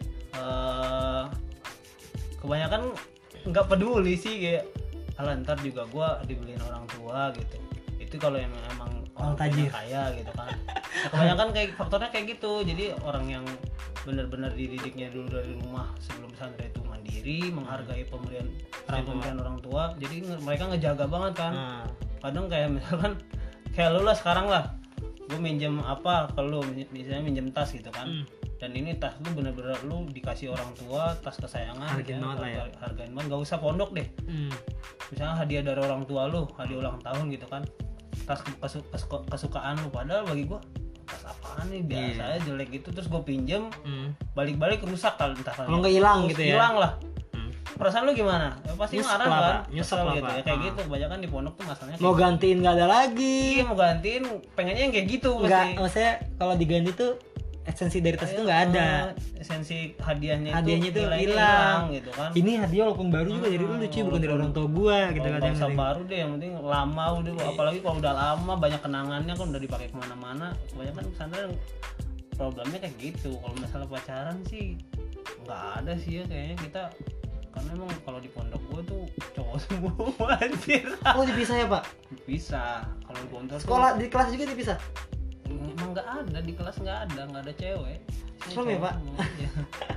Speaker 2: kebanyakan nggak peduli sih, kayak ntar juga gue dibeliin orang tua gitu. Itu kalau emang orang tajir kaya gitu kan. Nah, kebanyakan kayak faktornya kayak gitu. Jadi orang yang benar-benar dididiknya dulu dari rumah sebelum pesantren itu mandiri, menghargai pemberian orang tua. Jadi mereka ngejaga banget kan. Kadang kayak misalkan kayak lu lah sekarang lah, gue minjem apa ke lu, misalnya minjem tas gitu kan, dan ini tas lu bener-bener lu dikasih orang tua, tas kesayangan, hargain banget, gak usah pondok deh. Misalnya hadiah dari orang tua lu, hadiah ulang tahun gitu kan, tas kesukaan lu, padahal bagi gue tas apaan nih, biasa aja jelek gitu, terus gue pinjem, balik-balik rusak kalau entah
Speaker 1: kalau nggak hilang gitu ya,
Speaker 2: hilang lah. Perasaan lu gimana? Ya, pasti marah kan?
Speaker 1: Nyesel
Speaker 2: gitu ya. Kayak gitu, kebanyakan di pondok tuh masalahnya
Speaker 1: mau gantiin nggak ada lagi.
Speaker 2: Iya, mau gantiin pengennya yang kayak gitu.
Speaker 1: Nggak, maksudnya kalau diganti tuh esensi dari tas itu nggak ada.
Speaker 2: Esensi hadiahnya
Speaker 1: itu hilang
Speaker 2: gitu kan.
Speaker 1: Ini hadiah walaupun baru juga dari lu cuy, bukan dari orang tua gua gitu kan.
Speaker 2: Yang baru deh, yang penting lama udah. Apalagi kalau udah lama banyak kenangannya kan, udah dipakai kemana-mana. Kebanyakan pesantren problemnya kayak gitu. Kalau masalah pacaran sih nggak ada sih ya, kayaknya kita, karena emang kalau di pondok gue tuh cowok semua anjir.
Speaker 1: Oh, dipisah ya Pak?
Speaker 2: Bisa. Kalau di pondok
Speaker 1: sekolah tuh, di kelas juga dipisah?
Speaker 2: Emang nggak ada, di kelas nggak ada cewek.
Speaker 1: Serem ya Pak?
Speaker 2: Ya.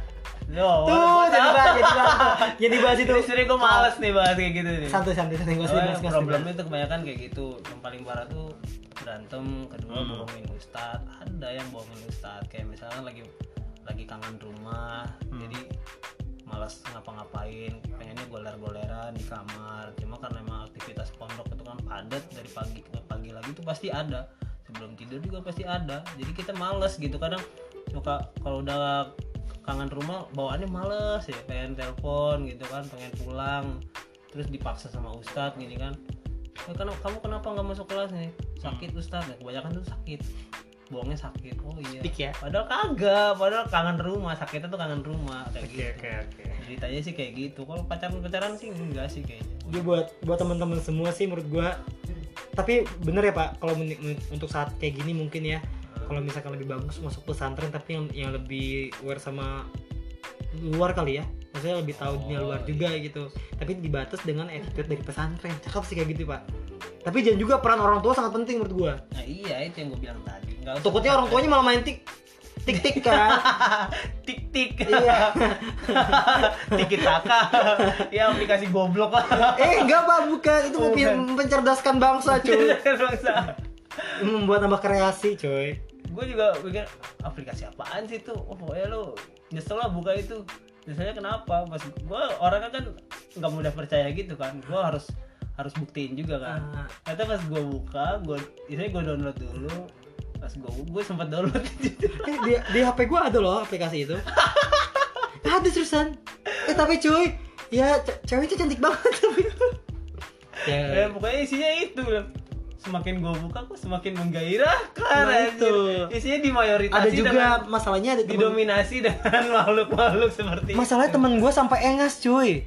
Speaker 1: Tuh, jadi bahas itu.
Speaker 2: Sebenernya gue males nih bahas kayak gitu nih.
Speaker 1: Santai bahas.
Speaker 2: Problemnya tuh kebanyakan kayak gitu. Yang paling parah tuh berantem, kedua bohongin ustad. Ada yang bohongin ustad, kayak misalkan lagi kangen rumah, jadi malas ngapa-ngapain, pengennya goler-goleran di kamar. Cuma karena emang aktivitas pondok itu kan padat dari pagi ke pagi lagi tuh pasti ada. Sebelum tidur juga pasti ada. Jadi kita males gitu, kadang suka kalau udah kangen rumah bawaannya males ya, pengen telepon gitu kan, pengen pulang, terus dipaksa sama ustadz gini kan. Kamu kenapa nggak masuk kelas nih? Sakit ustadz. Kebanyakan tuh sakit, bohongnya sakit. Oh iya.
Speaker 1: Ya?
Speaker 2: Padahal kagak, padahal kangen rumah, sakitnya tuh kangen rumah kayak gitu.
Speaker 1: Oke.
Speaker 2: Ceritanya sih kayak gitu. Kalau pacaran sih enggak sih kayaknya.
Speaker 1: Jadi buat teman-teman semua sih menurut gua. Tapi bener ya Pak, kalau untuk saat kayak gini mungkin ya, kalau misalkan lebih bagus masuk pesantren tapi yang lebih aware sama luar kali ya. Maksudnya lebih tahu dunia luar juga gitu. Tapi dibatas dengan attitude dari pesantren. Cakep sih kayak gitu Pak. Tapi jangan juga peran orang tua sangat penting menurut gua.
Speaker 2: Nah iya, itu yang gue bilang tadi.
Speaker 1: Takutnya orang tuanya malah main tik kan.
Speaker 2: Tik.
Speaker 1: Iya.
Speaker 2: Tiki-taka. Ya aplikasi goblok.
Speaker 1: Enggak Pak, bukan. Itu mencerdaskan bangsa, cuy. Membuat nambah kreasi, coy.
Speaker 2: Gue juga pikir aplikasi apaan sih itu? Oh pokoknya lo nyesel lah buka itu. Misalnya kenapa? Mas gue orangnya kan nggak mudah percaya gitu kan. Gue harus buktiin juga kan. Ternyata pas gue buka, gue download dulu. Pas gue sempat download itu.
Speaker 1: Di HP gue ada loh aplikasi itu. Ada seriusan. Tapi cuy, ya ceweknya cantik banget tapi.
Speaker 2: Ya pokoknya isinya itu. Semakin gue buka kok semakin menggairahkan.
Speaker 1: Nah, itu
Speaker 2: isinya dimayoritasi.
Speaker 1: Ada juga masalahnya ada
Speaker 2: didominasi dengan makhluk-makhluk seperti
Speaker 1: masalahnya
Speaker 2: itu.
Speaker 1: Temen gue sampai engas cuy.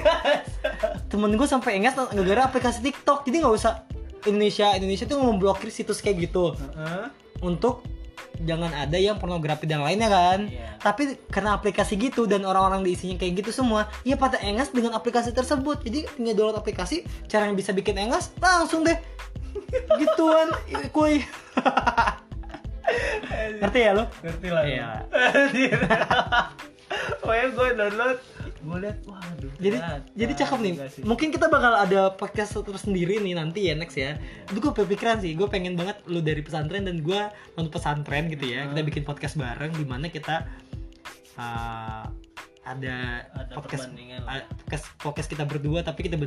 Speaker 1: Temen gue sampai engas gara-gara aplikasi TikTok. Jadi nggak usah Indonesia tuh memblokir situs kayak gitu. Untuk jangan ada yang pornografi dan lainnya kan. Tapi karena aplikasi gitu dan orang-orang di isinya kayak gitu semua, ya pada engas dengan aplikasi tersebut. Jadi tinggal download aplikasi, cara yang bisa bikin engas langsung deh gituan kuy. Ngerti ya lo?
Speaker 2: Ngerti lah.
Speaker 1: Iya.
Speaker 2: Pokoknya gue download, gue lihat, waduh.
Speaker 1: Jadi cakep nih. Mungkin kita bakal ada podcast tersendiri nih nanti ya next ya. Itu gue berpikiran sih, gue pengen banget lu dari pesantren dan gue non pesantren gitu ya. Kita bikin podcast bareng di mana kita ada podcast kita berdua, tapi kita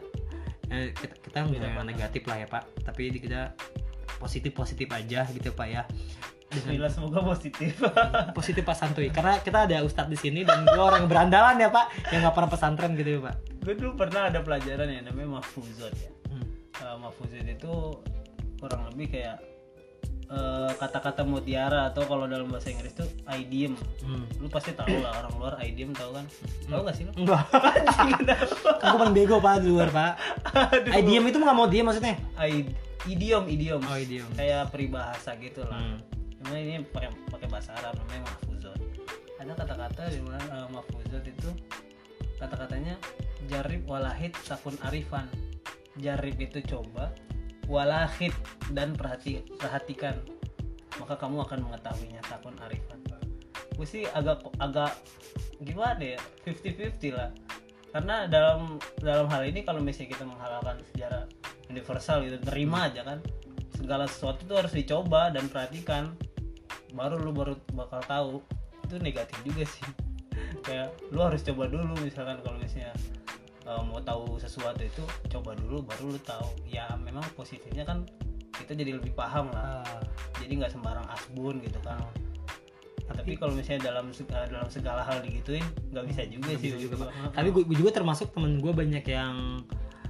Speaker 1: nggak negatif lah ya Pak. Tapi kita positif aja gitu Pak ya.
Speaker 2: Bismillah, semoga positif.
Speaker 1: Positif Pak santuy. Karena kita ada ustadz di sini dan gue orang yang berandalan ya Pak, yang nggak pernah pesantren gitu ya Pak.
Speaker 2: Gue dulu pernah ada pelajaran yang namanya mahfuzat ya. Mahfuzat itu kurang lebih kayak kata-kata mutiara, atau kalau dalam bahasa Inggris tuh idiom. Lu pasti tahu lah, orang luar idiom tahu kan? Tahu nggak sih lu?
Speaker 1: Enggak. Aku paling bego Pak di luar Pak. Idiom itu nggak mau diem maksudnya?
Speaker 2: Idiom.
Speaker 1: Oh, idiom.
Speaker 2: Kayak peribahasa gitu lah. Namanya ini pakai bahasa Arab, namanya mahfuzat. Ada kata-kata di mana mahfuzat itu kata-katanya jarib walahid takun arifan. Jarib itu coba, walahid dan perhatikan, maka kamu akan mengetahuinya, takun arifan. Gue sih agak gimana ya, 50-50 lah. Karena dalam hal ini kalau misalnya kita menghalalkan sejarah universal gitu, terima aja kan, segala sesuatu tuh harus dicoba dan perhatikan, baru bakal tahu. Itu negatif juga sih. Kayak lu harus coba dulu, misalkan kalau misalnya mau tahu sesuatu itu coba dulu baru lu tahu. Ya memang positifnya kan kita jadi lebih paham lah. Jadi nggak sembarang asbun gitu kan. Tapi kalau misalnya dalam segala hal digituin nggak bisa juga sih juga.
Speaker 1: Tapi gue juga termasuk temen gue banyak yang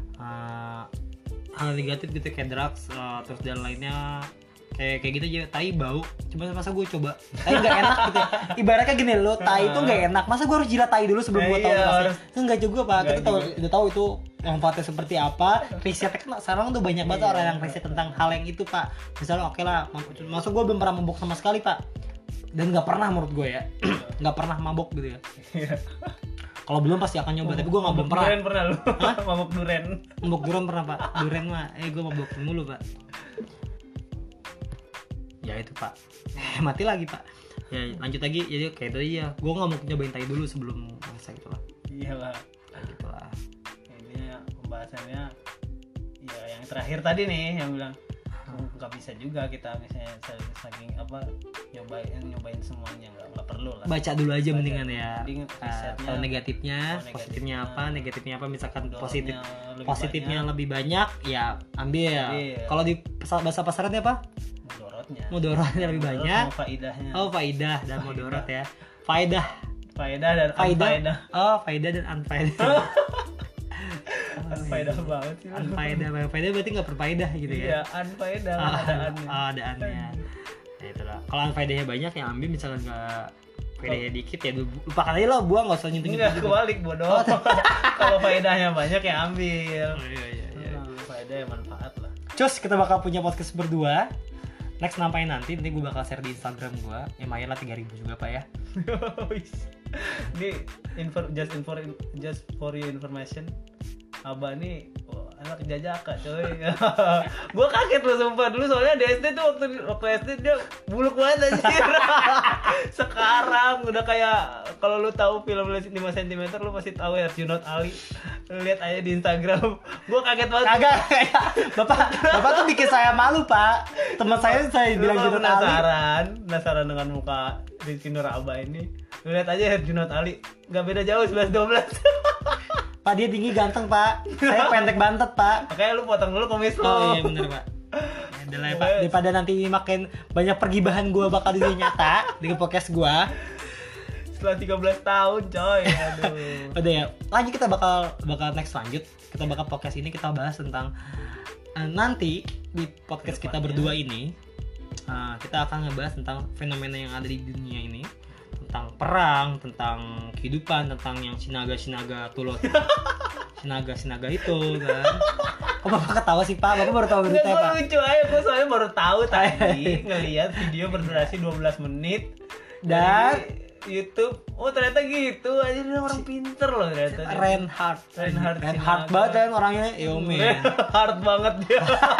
Speaker 1: hal negatif gitu kayak drugs terus dan lainnya kayak gitu aja. Tai bau, cuma masa gue coba tai nggak enak gitu. Ibaratnya gini lo, tai itu nggak enak, masa gue harus jilat tai dulu sebelum gue tahu rasanya? Enggak juga Pak, kita udah tahu itu manfaatnya seperti apa. Risetnya kan sekarang tuh banyak banget orang yang riset tentang hal yang itu Pak. Misalnya oke lah, masuk gue belum pernah mabok sama sekali Pak, dan nggak pernah menurut gue ya, nggak pernah mabok gitu ya. Kalau belum pasti akan nyoba, tapi gue nggak belum pernah.
Speaker 2: Duren pernah lu? Mabok duren?
Speaker 1: Mabok duren pernah Pak. Duren mah, gue mabokin mulu Pak. Ya itu Pak. Mati lagi Pak. Ya lanjut lagi, jadi kayak tadi ya, gue nggak mau nyobain tai dulu sebelum masa gitu lah.
Speaker 2: Iyalah.
Speaker 1: Gitu lah.
Speaker 2: Ini pembahasannya ya yang terakhir tadi nih yang bilang nggak bisa juga kita misalnya saking apa nyobain semuanya, nggak perlu lah.
Speaker 1: Baca dulu aja mendingan ya. Kalau
Speaker 2: negatifnya
Speaker 1: negatifnya apa misalkan
Speaker 2: dorotnya
Speaker 1: positifnya lebih banyak ya ambil. Kalau di bahasa pasarannya apa? Mudorotnya lebih banyak. Faidah dan mudorot ya. Faidah dan unfaidah. Faidah dan unfaidah.
Speaker 2: Unfaidah banget sih.
Speaker 1: Unfaidah berarti nggak berfaedah gitu ya.
Speaker 2: Iya, unfaidah
Speaker 1: ada annya. Ya itulah. Kalau unfaidahnya banyak yang ambil, misalkan nggak faedahnya dikit ya lupakan aja lo, buang, nggak usah nyentuh.
Speaker 2: Enggak, kebalik bodoh. Kalau faedahnya banyak ya ambil.
Speaker 1: Iya.
Speaker 2: Faedah yang manfaat lah.
Speaker 1: Cus, kita bakal punya podcast berdua. Next ngapain nanti gue bakal share di Instagram gue. Ya lumayan lah 3.000 juga Pak ya.
Speaker 2: Ini just for your information. Abah nih anak jajaka coy. Gue kaget loh sumpah dulu, soalnya di SD tuh waktu SD dia buluk banget anjir. Sekarang udah kayak, kalau lu tahu film 5 cm lu pasti tahu ya, Herjunot Ali. Lu lihat aja di Instagram. Gue kaget banget.
Speaker 1: Kagak kayak Bapak tuh bikin saya malu, Pak. Teman saya bilang Herjunot Ali.
Speaker 2: Penasaran dengan muka Rizky Nur Abah ini. Lu lihat aja Herjunot Ali. Gak beda jauh 11-12.
Speaker 1: Pak, dia tinggi ganteng, Pak. Saya pendek bantet, Pak.
Speaker 2: Makanya lu potong dulu kumis lu.
Speaker 1: Oh iya bener, Pak. Ya, udah lah ya, Pak. Daripada nanti makin banyak pergibahan gue bakal di dunia nyata di podcast gue.
Speaker 2: Setelah 13 tahun, coy. Aduh.
Speaker 1: Udah ya. Lanjut, kita bakal next lanjut. Kita bakal podcast ini kita bahas tentang nanti di podcast kita berdua ini kita akan ngebahas tentang fenomena yang ada di dunia ini. Tentang perang, tentang kehidupan, tentang yang sinaga tulot, sinaga itu kan. Kok Bapak ketawa sih, Pak? Bapak baru tahu berita ya, Pak?
Speaker 2: Lucu aja, gue soalnya baru tahu tadi ngelihat video berdurasi 12 menit
Speaker 1: dan
Speaker 2: YouTube. Oh ternyata gitu, aja dia orang pinter loh ternyata.
Speaker 1: Reinhardt banget kan orangnya, yo men.
Speaker 2: Hard banget dia.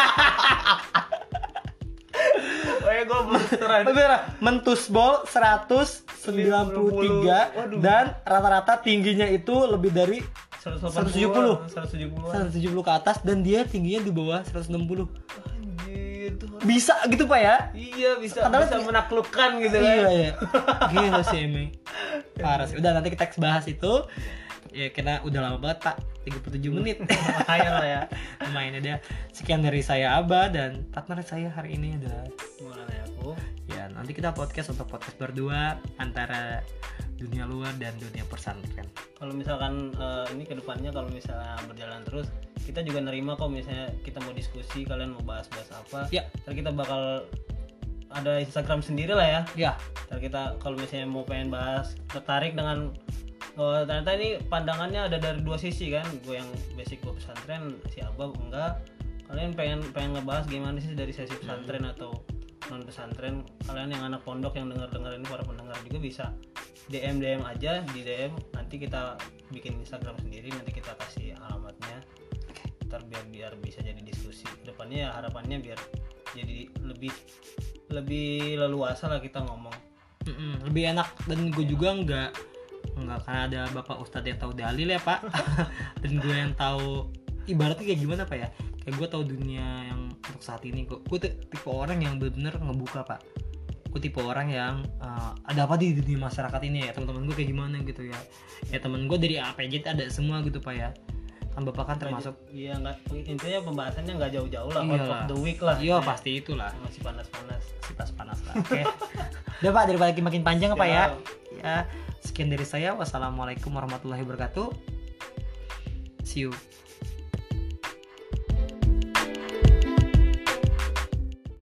Speaker 2: Gue
Speaker 1: mentusbol 193 dan rata-rata tingginya itu lebih dari 170 ke atas, dan dia tingginya di bawah 160.
Speaker 2: Anjir,
Speaker 1: bisa gitu Pak ya?
Speaker 2: Iya bisa menaklukkan gitu kan.
Speaker 1: Iya. Gila sih emang. Parah sih. Udah, nanti kita bahas itu. Ya karena udah lama banget Pak, 37 menit.
Speaker 2: Lumayan lah ya.
Speaker 1: Lumayan ada. Sekian dari saya Abah, dan partner saya hari ini adalah
Speaker 2: aku.
Speaker 1: Ya nanti kita podcast berdua antara dunia luar dan dunia pesantren.
Speaker 2: Kalau misalkan ini kedepannya kalau misalnya berjalan terus, kita juga nerima kok misalnya kita mau diskusi, kalian mau bahas-bahas apa.
Speaker 1: Ya.
Speaker 2: Ntar kita bakal ada Instagram sendiri lah ya.
Speaker 1: Ya.
Speaker 2: Ntar kita kalau misalnya mau pengen bahas, tertarik dengan ternyata ini pandangannya ada dari dua sisi kan. Gue yang basic gue pesantren, si Abah enggak. Kalian pengen ngebahas gimana sih dari sesi pesantren atau non pesantren. Kalian yang anak pondok yang dengar ini, para pendengar juga bisa DM aja di DM. Nanti kita bikin Instagram sendiri, nanti kita kasih alamatnya. Ntar biar bisa jadi diskusi. Kedepannya ya harapannya biar jadi lebih leluasa lah kita ngomong.
Speaker 1: Lebih enak, dan gue juga enggak karena ada Bapak Ustadz yang tahu dalil ya Pak. Dan gue yang tahu ibaratnya kayak gimana Pak ya, kayak gue tahu dunia yang untuk saat ini. Gue tipe orang yang benar-benar ngebuka Pak. Gue tipe orang yang ada apa di dunia masyarakat ini ya, teman-teman gue kayak gimana gitu ya. Ya teman gue dari APJ ada semua gitu Pak ya. Kan Bapak kan termasuk.
Speaker 2: Iya, nggak, intinya pembahasannya nggak jauh-jauh lah.
Speaker 1: Iya,
Speaker 2: of the week lah.
Speaker 1: Iya pasti itulah.
Speaker 2: Masih panas
Speaker 1: lah. Oke. Udah Pak, daripada makin panjang Pak ya. Ya. Sekian dari saya. Wassalamualaikum warahmatullahi wabarakatuh. See you.